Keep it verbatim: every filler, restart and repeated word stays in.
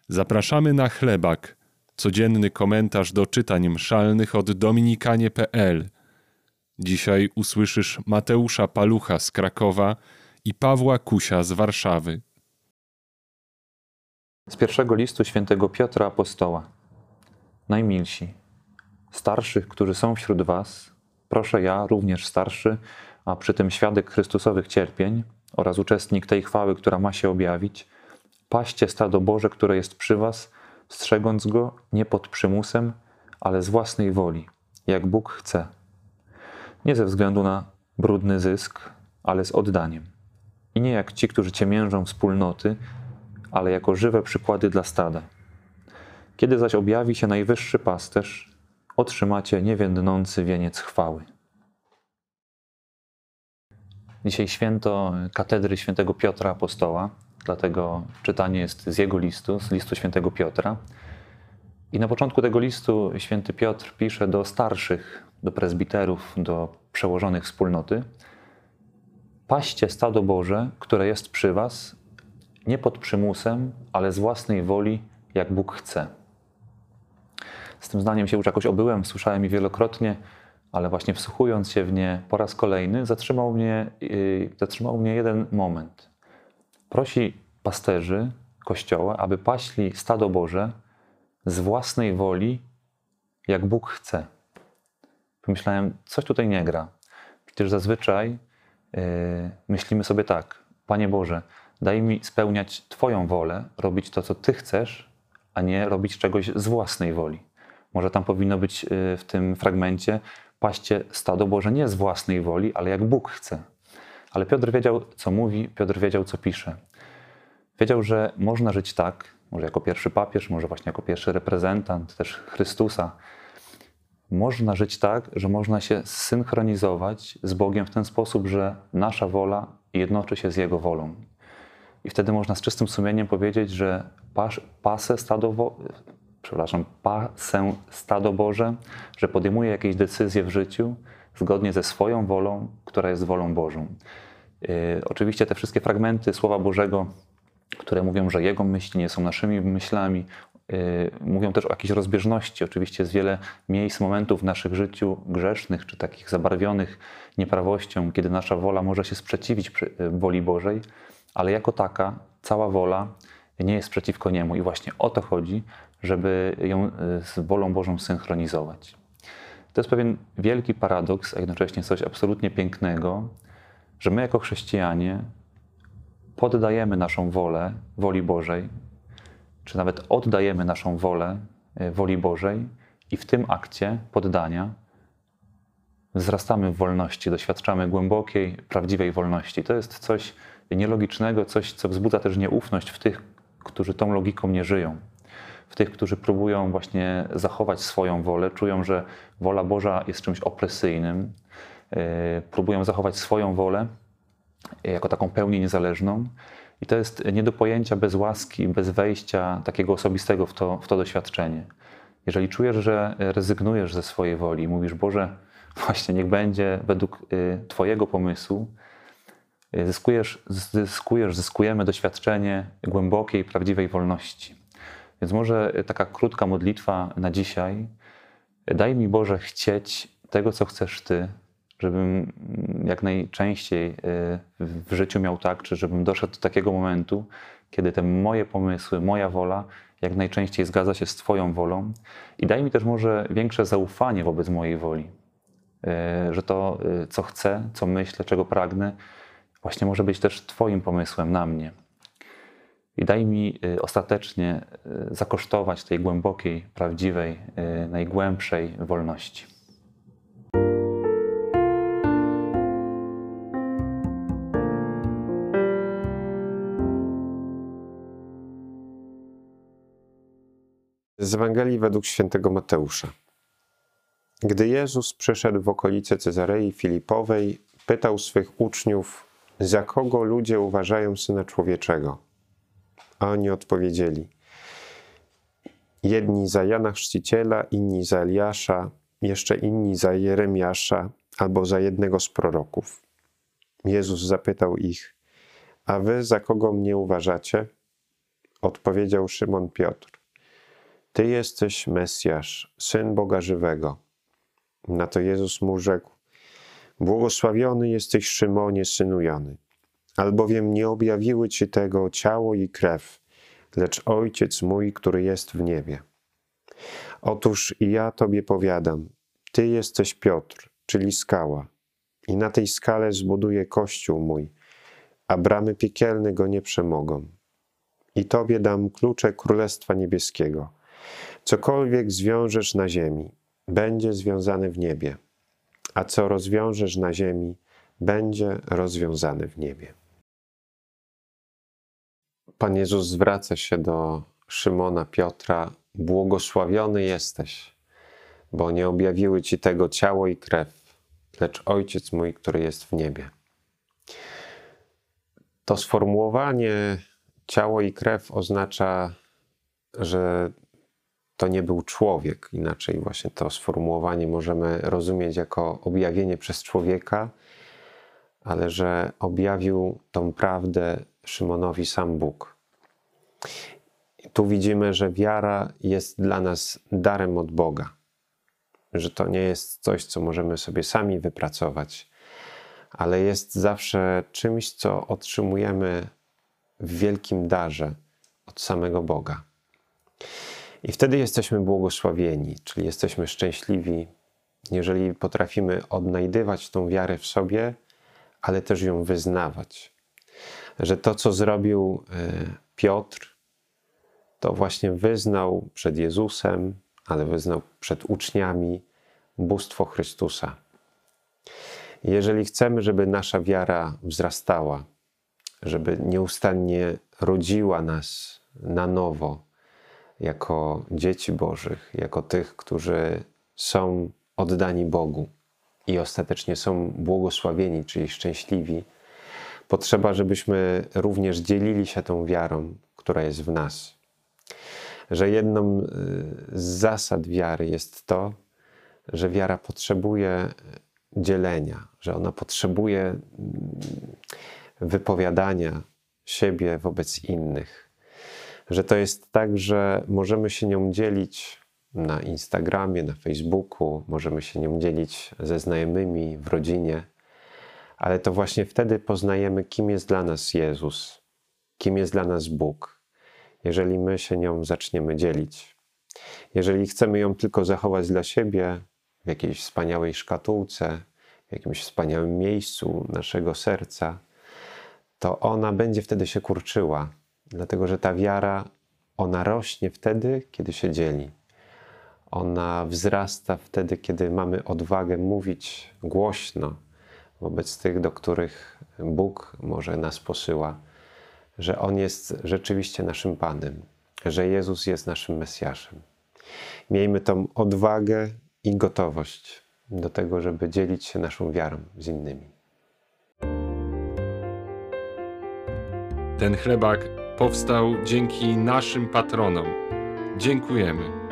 Zapraszamy na Chlebak, codzienny komentarz do czytań mszalnych od dominikanie kropka pe el. Dzisiaj usłyszysz Mateusza Palucha z Krakowa i Pawła Kusia z Warszawy. Z pierwszego listu świętego Piotra Apostoła. Najmilsi, starszych, którzy są wśród was, proszę ja, również starszy, a przy tym świadek Chrystusowych cierpień oraz uczestnik tej chwały, która ma się objawić, paście stado Boże, które jest przy was, strzegąc go nie pod przymusem, ale z własnej woli, jak Bóg chce. Nie ze względu na brudny zysk, ale z oddaniem. I nie jak ci, którzy ciemiężą wspólnoty, ale jako żywe przykłady dla stada. Kiedy zaś objawi się najwyższy pasterz, otrzymacie niewiędnący wieniec chwały. Dzisiaj święto katedry świętego Piotra Apostoła, dlatego czytanie jest z jego listu, z listu świętego Piotra. I na początku tego listu święty Piotr pisze do starszych, do prezbiterów, do przełożonych wspólnoty: paście stado Boże, które jest przy was, nie pod przymusem, ale z własnej woli, jak Bóg chce. Z tym zdaniem się już jakoś obyłem, słyszałem je wielokrotnie, ale właśnie wsłuchując się w nie po raz kolejny, zatrzymał mnie, yy, zatrzymał mnie jeden moment. Prosi pasterzy Kościoła, aby paśli stado Boże z własnej woli, jak Bóg chce. Pomyślałem, coś tutaj nie gra. Przecież zazwyczaj yy, myślimy sobie tak: Panie Boże, daj mi spełniać Twoją wolę, robić to, co Ty chcesz, a nie robić czegoś z własnej woli. Może tam powinno być w tym fragmencie: paście stado Boże nie z własnej woli, ale jak Bóg chce. Ale Piotr wiedział, co mówi, Piotr wiedział, co pisze. Wiedział, że można żyć tak, może jako pierwszy papież, może właśnie jako pierwszy reprezentant też Chrystusa. Można żyć tak, że można się zsynchronizować z Bogiem w ten sposób, że nasza wola jednoczy się z Jego wolą. I wtedy można z czystym sumieniem powiedzieć, że pas, pasę stado, przepraszam, pasę stado Boże, że podejmuje jakieś decyzje w życiu zgodnie ze swoją wolą, która jest wolą Bożą. Yy, oczywiście te wszystkie fragmenty Słowa Bożego, które mówią, że Jego myśli nie są naszymi myślami, yy, mówią też o jakiejś rozbieżności. Oczywiście jest wiele miejsc, momentów w naszych życiu grzesznych, czy takich zabarwionych nieprawością, kiedy nasza wola może się sprzeciwić woli Bożej, ale jako taka cała wola nie jest przeciwko Niemu i właśnie o to chodzi, żeby ją z wolą Bożą synchronizować. To jest pewien wielki paradoks, a jednocześnie coś absolutnie pięknego, że my jako chrześcijanie poddajemy naszą wolę woli Bożej, czy nawet oddajemy naszą wolę woli Bożej i w tym akcie poddania wzrastamy w wolności, doświadczamy głębokiej, prawdziwej wolności. To jest coś nielogicznego, coś, co wzbudza też nieufność w tych, którzy tą logiką nie żyją. W tych, którzy próbują właśnie zachować swoją wolę, czują, że wola Boża jest czymś opresyjnym, yy, próbują zachować swoją wolę jako taką pełni niezależną. I to jest nie do pojęcia bez łaski, bez wejścia takiego osobistego w to, w to doświadczenie. Jeżeli czujesz, że rezygnujesz ze swojej woli i mówisz: Boże, właśnie niech będzie według yy, Twojego pomysłu, Zyskujesz, zyskujesz, zyskujemy doświadczenie głębokiej, prawdziwej wolności. Więc może taka krótka modlitwa na dzisiaj: daj mi, Boże, chcieć tego, co chcesz Ty, żebym jak najczęściej w życiu miał tak, czy żebym doszedł do takiego momentu, kiedy te moje pomysły, moja wola jak najczęściej zgadza się z Twoją wolą. I daj mi też może większe zaufanie wobec mojej woli, że to, co chcę, co myślę, czego pragnę, właśnie może być też Twoim pomysłem na mnie. I daj mi ostatecznie zakosztować tej głębokiej, prawdziwej, najgłębszej wolności. Z Ewangelii według świętego Mateusza. Gdy Jezus przyszedł w okolice Cezarei Filipowej, pytał swych uczniów: za kogo ludzie uważają Syna Człowieczego? A oni odpowiedzieli: jedni za Jana Chrzciciela, inni za Eliasza, jeszcze inni za Jeremiasza albo za jednego z proroków. Jezus zapytał ich: a wy za kogo mnie uważacie? odpowiedział Szymon Piotr: Ty jesteś Mesjasz, Syn Boga żywego. Na to Jezus mu rzekł: Błogosławiony jesteś, Szymonie, synu Jony, albowiem nie objawiły ci tego ciało i krew, lecz Ojciec mój, który jest w niebie. Otóż i ja tobie powiadam, ty jesteś Piotr, czyli skała, i na tej skale zbuduję Kościół mój, a bramy piekielne go nie przemogą. I tobie dam klucze Królestwa Niebieskiego. Cokolwiek zwiążesz na ziemi, będzie związane w niebie, a co rozwiążesz na ziemi, będzie rozwiązane w niebie. Pan Jezus zwraca się do Szymona Piotra: Błogosławiony jesteś, bo nie objawiły ci tego ciało i krew, lecz Ojciec mój, który jest w niebie. To sformułowanie ciało i krew oznacza, że to nie był człowiek. Inaczej właśnie to sformułowanie możemy rozumieć jako objawienie przez człowieka, ale że objawił tą prawdę Szymonowi sam Bóg. I tu widzimy, że wiara jest dla nas darem od Boga, że to nie jest coś, co możemy sobie sami wypracować, ale jest zawsze czymś, co otrzymujemy w wielkim darze od samego Boga. I wtedy jesteśmy błogosławieni, czyli jesteśmy szczęśliwi, jeżeli potrafimy odnajdywać tą wiarę w sobie, ale też ją wyznawać. Że to, co zrobił Piotr, to właśnie wyznał przed Jezusem, ale wyznał przed uczniami bóstwo Chrystusa. Jeżeli chcemy, żeby nasza wiara wzrastała, żeby nieustannie rodziła nas na nowo, jako dzieci Bożych, jako tych, którzy są oddani Bogu i ostatecznie są błogosławieni, czyli szczęśliwi, potrzeba, żebyśmy również dzielili się tą wiarą, która jest w nas. Że jedną z zasad wiary jest to, że wiara potrzebuje dzielenia, że ona potrzebuje wypowiadania siebie wobec innych. Że to jest tak, że możemy się nią dzielić na Instagramie, na Facebooku, możemy się nią dzielić ze znajomymi, w rodzinie, ale to właśnie wtedy poznajemy, kim jest dla nas Jezus, kim jest dla nas Bóg, jeżeli my się nią zaczniemy dzielić. Jeżeli chcemy ją tylko zachować dla siebie, w jakiejś wspaniałej szkatułce, w jakimś wspaniałym miejscu naszego serca, to ona będzie wtedy się kurczyła, dlatego że ta wiara, ona rośnie wtedy, kiedy się dzieli. Ona wzrasta wtedy, kiedy mamy odwagę mówić głośno wobec tych, do których Bóg może nas posyła, że On jest rzeczywiście naszym Panem, że Jezus jest naszym Mesjaszem. Miejmy tą odwagę i gotowość do tego, żeby dzielić się naszą wiarą z innymi. Ten chlebak powstał dzięki naszym patronom. Dziękujemy.